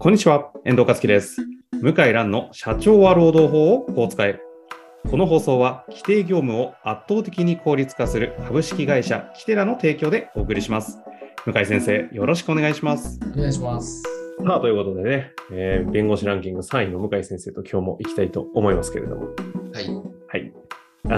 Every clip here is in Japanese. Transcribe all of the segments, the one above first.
こんにちは、遠藤和樹です。向井蘭の社長は労働法をこう使え。この放送は規定業務を圧倒的に効率化する株式会社キテラの提供でお送りします。向井先生、よろしくお願いします。 お願いします。 さあ、ということでね、弁護士ランキング3位の向井先生と今日も行きたいと思いますけれども。はい。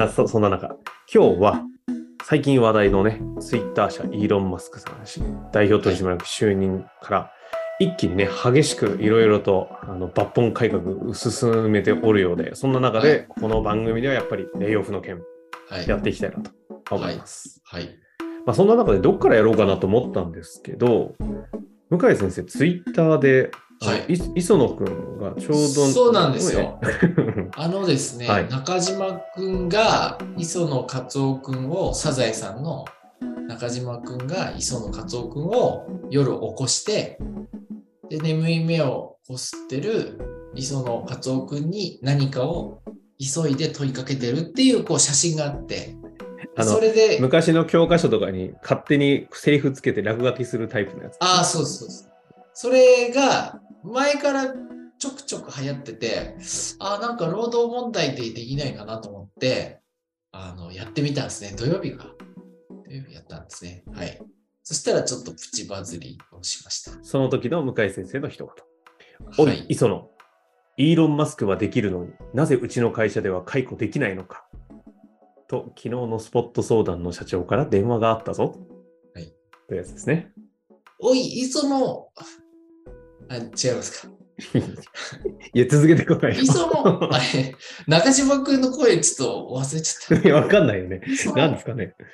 そんな中、今日は最近話題のね、ツイッター社イーロン・マスクさん代表取締役就任から一気にね、激しくいろいろと抜本改革を進めておるようで、そんな中で、この番組ではやっぱりレイオフの件、やっていきたいなと思います。そんな中でどっからやろうかなと思ったんですけど、向井先生、ツイッターで、磯野くんがちょうどそうなんですよ。ですね、中島くんが磯野勝夫くんを、サザエさんの中島くんが磯野勝夫くんを夜起こして、で眠い目をこすってる磯野勝夫くんに何かを急いで問いかけてるっていう、写真があって、 それで昔の教科書とかに勝手にセリフつけて落書きするタイプのやつ。 そうそう。それが前からちょくちょく流行ってて、なんか労働問題でできないかなと思って、やってみたんですね。土曜日やったんですね。はい。そしたらちょっとプチバズりをしました。 その時の向井先生の一言。おい、磯野。イーロン・マスクはできるのになぜうちの会社では解雇できないのか。と、昨日のスポット相談の社長から電話があったぞ。というやつですね。 おい、磯野。違いますか。 いや、続けてこないよ。 磯野、中島くんの声ちょっと忘れちゃった。 いや、わかんないよね。何ですかね。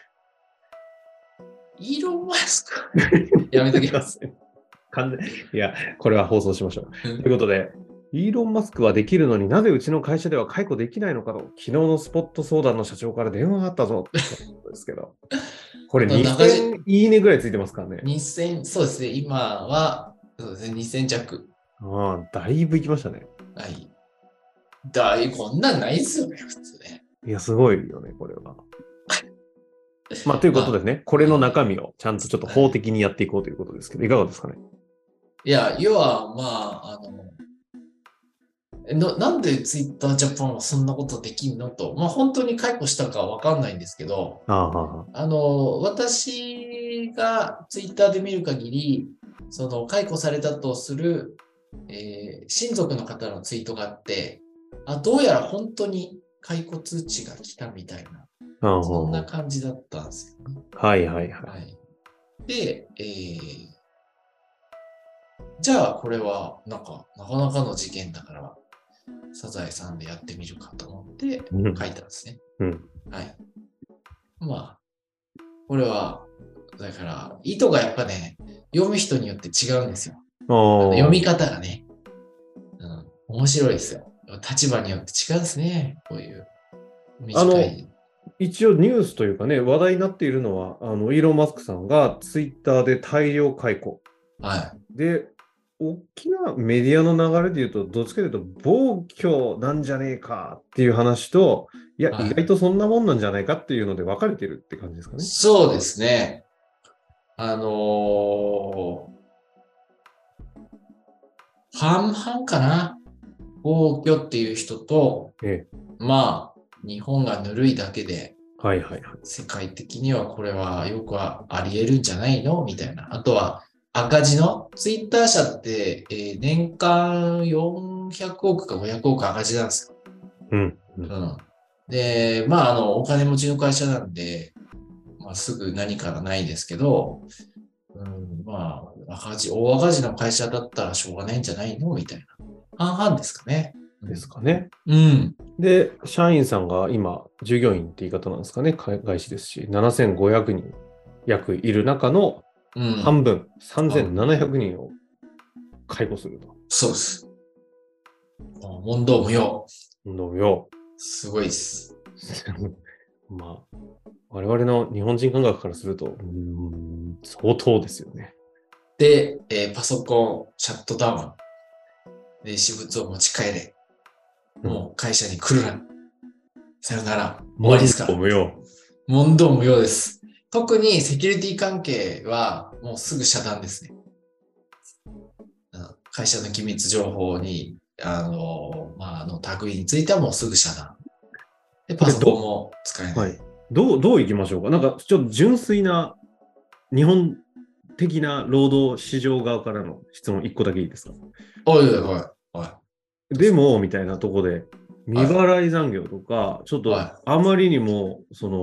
イーロン・マスクやめときます。 いや、これは放送しましょう。ということで、イーロン・マスクはできるのになぜうちの会社では解雇できないのかと、昨日のスポット相談の社長から電話があったぞってことですけど、これ2000いいねぐらいついてますからね。 2000、そうですね、今は、そうですね、2000弱。 だいぶいきましたね。 こんなんないですよね、普通ね。 いや、すごいよね、これは。ということでね、これの中身をちゃんとちょっと法的にやっていこうということですけど、いかがですかね。 いや、要は、なんでツイッタージャパンはそんなことできんのと、本当に解雇したかわかんないんですけど、私がツイッターで見る限り、解雇されたとする、親族の方のツイートがあって、どうやら本当に解雇通知が来たみたいな、そんな感じだったんですよね。で、じゃあこれはなかなかの事件だから、サザエさんでやってみるかと思って書いたんですね。これは、だから、意図がやっぱね、読む人によって違うんですよ。読み方がね、面白いですよ。立場によって違うんですね、こういう短い。 一応ニュースというかね、話題になっているのは、イーロン・マスクさんがツイッターで大量解雇。で、大きなメディアの流れで言うと、どっちかというと、暴挙なんじゃねえかっていう話と、いや、意外とそんなもんなんじゃないかっていうので分かれてるって感じですかね。 そうですね。半々かな。暴挙っていう人と、日本がぬるいだけで、世界的にはこれはよくあり得るんじゃないのみたいな。あとは赤字のツイッター社って、年間400億か500億赤字なんですよ。で、お金持ちの会社なんで、すぐ何からないですけど、大赤字の会社だったらしょうがないんじゃないのみたいな。半々ですかね。 で、社員さんが今、従業員って言い方なんですかね、外資ですし、7500人約いる中の半分、3700人を解雇すると。 そうです。問答無用。すごいです。 我々の日本人感覚からすると、相当ですよね。 で、パソコンシャットダウン。で、私物を持ち帰れ。もう会社に来るな。さよなら。終わりですから。問答無用です。特にセキュリティ関係はもうすぐ遮断ですね。 会社の機密情報に、類についてはもうすぐ遮断。で、パソコンも使えない。はい。 どう行きましょうか。なんか、ちょっと純粋な日本的な労働市場側からの質問1個だけいいですか？ はい。 でも、みたいなとこで、未払い残業とか、ちょっとあまりにも、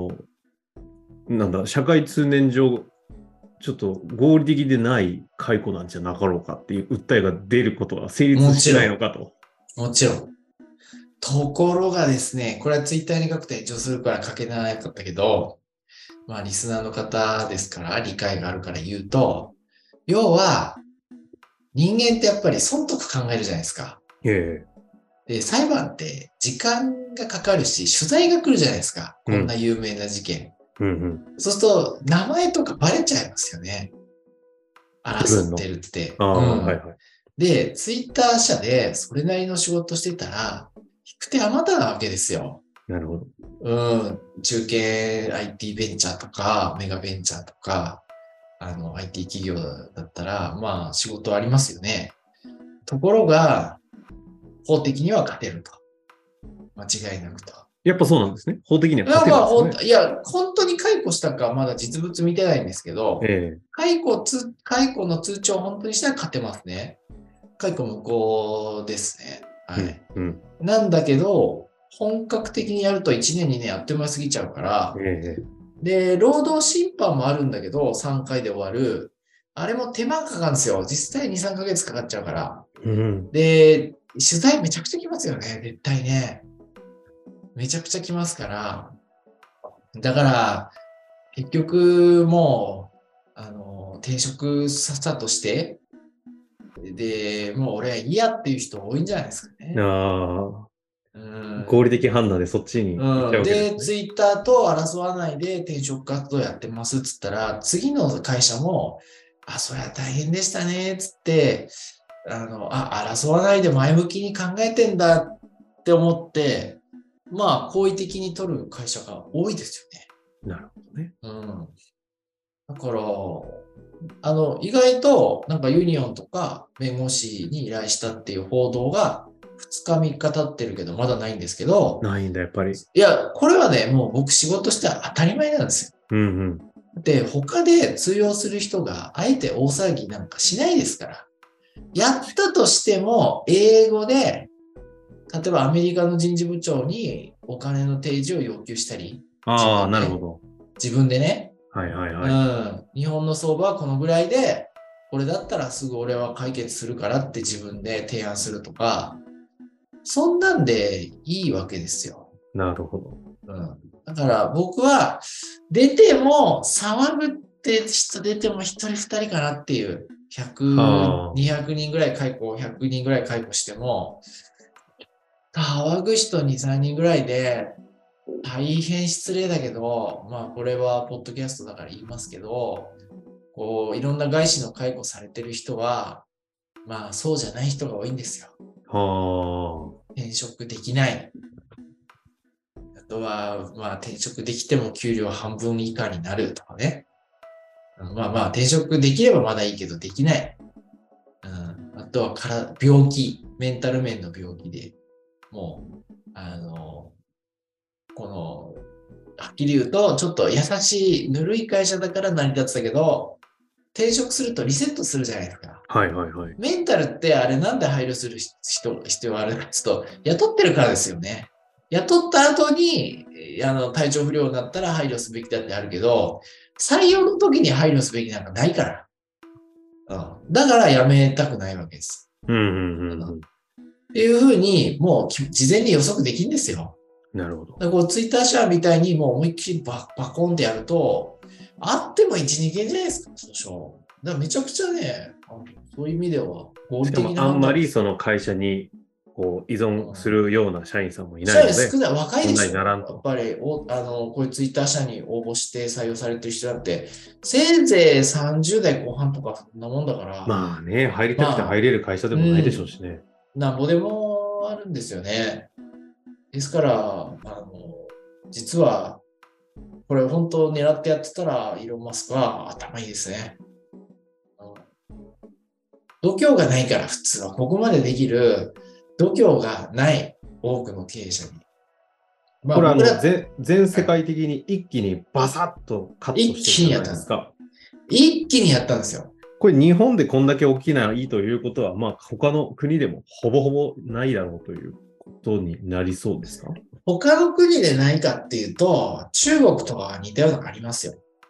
社会通念上、ちょっと合理的でない解雇なんじゃなかろうかっていう訴えが出ることは成立しないのかと。 もちろん。ところがですね、これはツイッターに書くと炎上するから書けなかったけど、まあリスナーの方ですから理解があるから言うと、要は人間ってやっぱり損得考えるじゃないですか。で、裁判って時間がかかるし、取材が来るじゃないですか。こんな有名な事件。そうすると、名前とかバレちゃいますよね。争ってるって。で、ツイッター社でそれなりの仕事してたら、引く手あまたなわけですよ。 なるほど。 中堅 IT ベンチャーとか、メガベンチャーとか、IT 企業だったら、まあ仕事ありますよね。ところが、法的には勝てると。間違いなくと。 やっぱそうなんですね。法的には勝てるんですね。 いや、本当に解雇したかまだ実物見てないんですけど、解雇の通知を本当にしたら勝てますね。解雇無効ですね。はい。なんだけど、本格的にやると1年2年あっという間過ぎちゃうから、で、労働審判もあるんだけど、3回で終わる。あれも手間かかるんですよ。実際2、3ヶ月かかっちゃうから。で、取材めちゃくちゃ来ますよね。絶対ね。めちゃくちゃ来ますから。だから、結局もう、転職さっさとして、で、もう俺は嫌っていう人多いんじゃないですかね。 合理的判断でそっちに行っちゃうわけですね。 で、ツイッターと争わないで転職活動やってますっつったら、次の会社も、そりゃ大変でしたねっつって、争わないで前向きに考えてんだって思って、まあ、好意的に取る会社が多いですよね。なるほどね。 だから、意外と、なんかユニオンとか弁護士に依頼したっていう報道が2日3日経ってるけど、まだないんですけど。 ないんだ、やっぱり。 いや、これはね、もう僕仕事しては当たり前なんですよ。で、他で通用する人があえて大騒ぎなんかしないですから。やったとしても、英語で、例えばアメリカの人事部長にお金の提示を要求したり。 なるほど。 自分でね。日本の相場はこのぐらいで、これだったらすぐ俺は解決するからって自分で提案するとか、そんなんでいいわけですよ。 なるほど。 だから僕は出ても騒ぐって人出ても1人2人かなっていう、100、200人ぐらい解雇、100人ぐらい解雇しても、騒ぐ人2、3人ぐらいで、大変失礼だけど、まあこれはポッドキャストだから言いますけど、こういろんな外資の解雇されてる人は、まあそうじゃない人が多いんですよ。転職できない。あとは、まあ転職できても給料半分以下になるとかね。まあ転職できればまだいいけどできない。あとは病気、メンタル面の病気で、もう、はっきり言うと、ちょっと優しい、ぬるい会社だから成り立ってたけど、転職するとリセットするじゃないですか。メンタルってあれなんで配慮する必要があるかっていうと、雇ってるからですよね。雇った後に、体調不良になったら配慮すべきだってあるけど、採用の時に配慮すべきなんかないから。だから辞めたくないわけです。っていうふうに、もう事前に予測できるんですよ。 なるほど。 だからツイッター社みたいにもう思いっきりバコンってやると、あっても1、2件じゃないですか、その賞。だからめちゃくちゃね、そういう意味では合理的な。あんまりその会社にこう依存するような社員さんもいないので。 社員少ない、若いでしょ。やっぱりこういうツイッター社に応募して採用されてる人だって、せいぜい30代後半とかそんなもんだから。 まあね、入りたくて入れる会社でもないでしょうしね。 なんぼでもあるんですよね。ですから、実は、これ本当狙ってやってたら、イーロン・マスクは頭いいですね。 度胸がないから普通はここまでできる度胸がない多くの経営者に。 これは全世界的に一気にバサッとカットしてるじゃないですか。 一気にやったんですよ。 これ日本でこんだけ大きないということは、まあ他の国でもほぼほぼないだろうということになりそうですか？ 他の国でないかっていうと、中国とは似たようなのありますよ。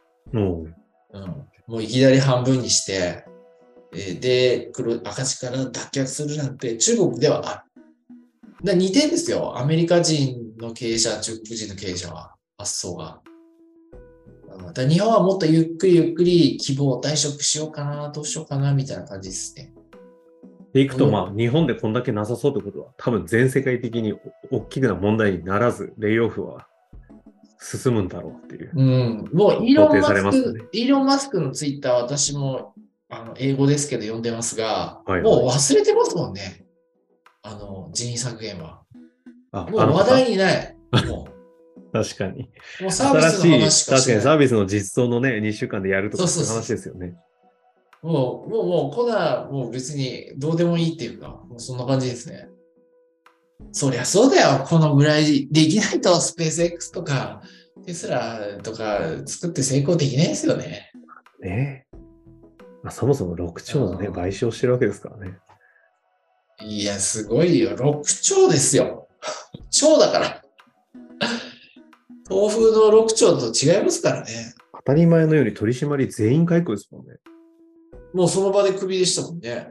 もういきなり半分にして、で、赤字から脱却するなんて中国ではある。似てるんですよ。アメリカ人の経営者、中国人の経営者は、発想が。日本はもっとゆっくりゆっくり希望退職しようかな、どうしようかな、みたいな感じですね。 でいくと、まあ、日本でこんだけなさそうってことは、多分全世界的に大きな問題にならず、レイオフは進むんだろうっていう。 もうイーロン・マスクのツイッター、私も英語ですけど読んでますが、もう忘れてますもんね。人員削減は。もう話題にない。もう確かに。 もうサービスの話しかしてない。 確かにサービスの実装のね、2週間でやるとかって話ですよね。 もう、こんな、もう別にどうでもいいっていうか、もうそんな感じですね。そりゃそうだよ。このぐらいできないとスペース X とかテスラとか作って成功できないですよね。 ねえ。まあ、そもそも6兆のね、賠償してるわけですからね。 いや、すごいよ。6兆ですよ。兆だから。東風の6兆と違いますからね。 当たり前のように取締り全員解雇ですもんね。 もうその場でクビでしたもんね。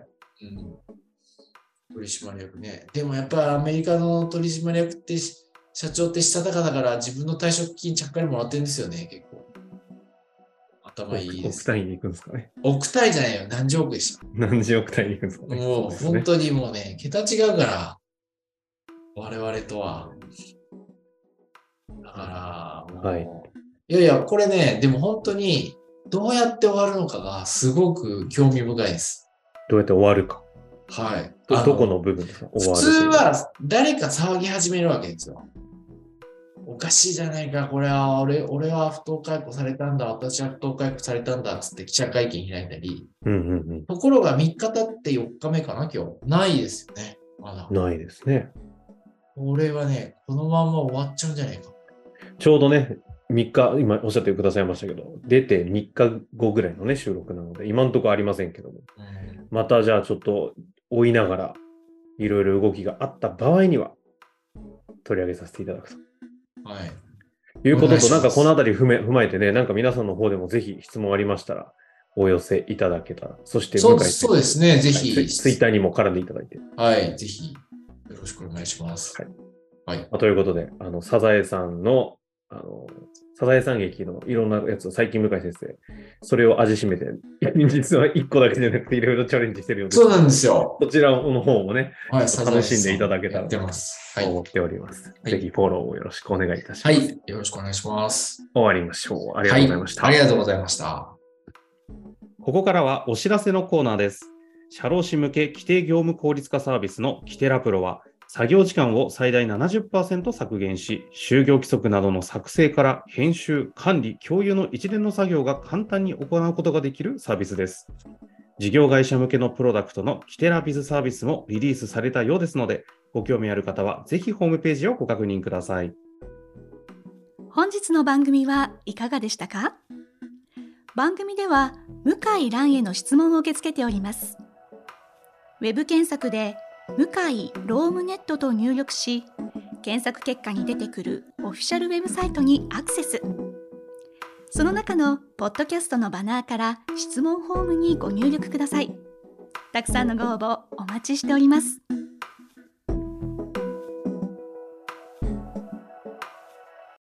取締役ね。でもやっぱアメリカの取締役って社長ってしたたかだから自分の退職金ちゃっかりもらってるんですよね、結構。頭いいです。 億単位に行くんですかね。 億単位じゃないよ。何十億でした。 何十億単位に行くんですかね。 もう本当にもうね、桁違うから、我々とは。だから、 はい。 いやいや、これね、でも本当にどうやって終わるのかがすごく興味深いです。 どうやって終わるか。 はい。 どこの部分ですか？ 普通は誰か騒ぎ始めるわけですよ。おかしいじゃないか、これは俺は不当解雇されたんだ、私は不当解雇されたんだっつって記者会見開いたり、ところが3日経って4日目かな、今日。ないですよね。まだ。 ないですね。 これはね、このまま終わっちゃうんじゃないか。 ちょうどね、3日、今おっしゃってくださいましたけど、出て3日後ぐらいのね、収録なので、今のところありませんけども、またじゃあちょっと追いながら、いろいろ動きがあった場合には、取り上げさせていただくと。 はい。 いうことと、なんかこのあたり踏まえてね、なんか皆さんの方でもぜひ質問ありましたら、お寄せいただけたら、そしてそうですね、ぜひ、 ツイッターにも絡んでいただいて。 はい、ぜひ、よろしくお願いします。 はい。ということで、サザエさんの、サザエさん劇のいろんなやつを最近向井先生、それを味しめて、実は1個だけじゃなくていろいろチャレンジしてるようです。 そうなんですよ。 こちらの方もね、 はい、 楽しんでいただけたらと思っております。ぜひフォローをよろしくお願いいたします。 はい、よろしくお願いします。 終わりましょう。ありがとうございました。 ありがとうございました。 ここからはお知らせのコーナーです。社労士向け規定業務効率化サービスのキテラプロは、作業時間を最大 70% 削減し、就業規則などの作成から編集、管理、共有の一連の作業が簡単に行うことができるサービスです。事業会社向けのプロダクトのキテラビズサービスもリリースされたようですので、ご興味ある方はぜひホームページをご確認ください。 本日の番組はいかがでしたか？番組では向井蘭への質問を受け付けております。ウェブ検索で向井ロームネットと入力し、検索結果に出てくるオフィシャルウェブサイトにアクセス。その中のポッドキャストのバナーから質問フォームにご入力ください。たくさんのご応募お待ちしております。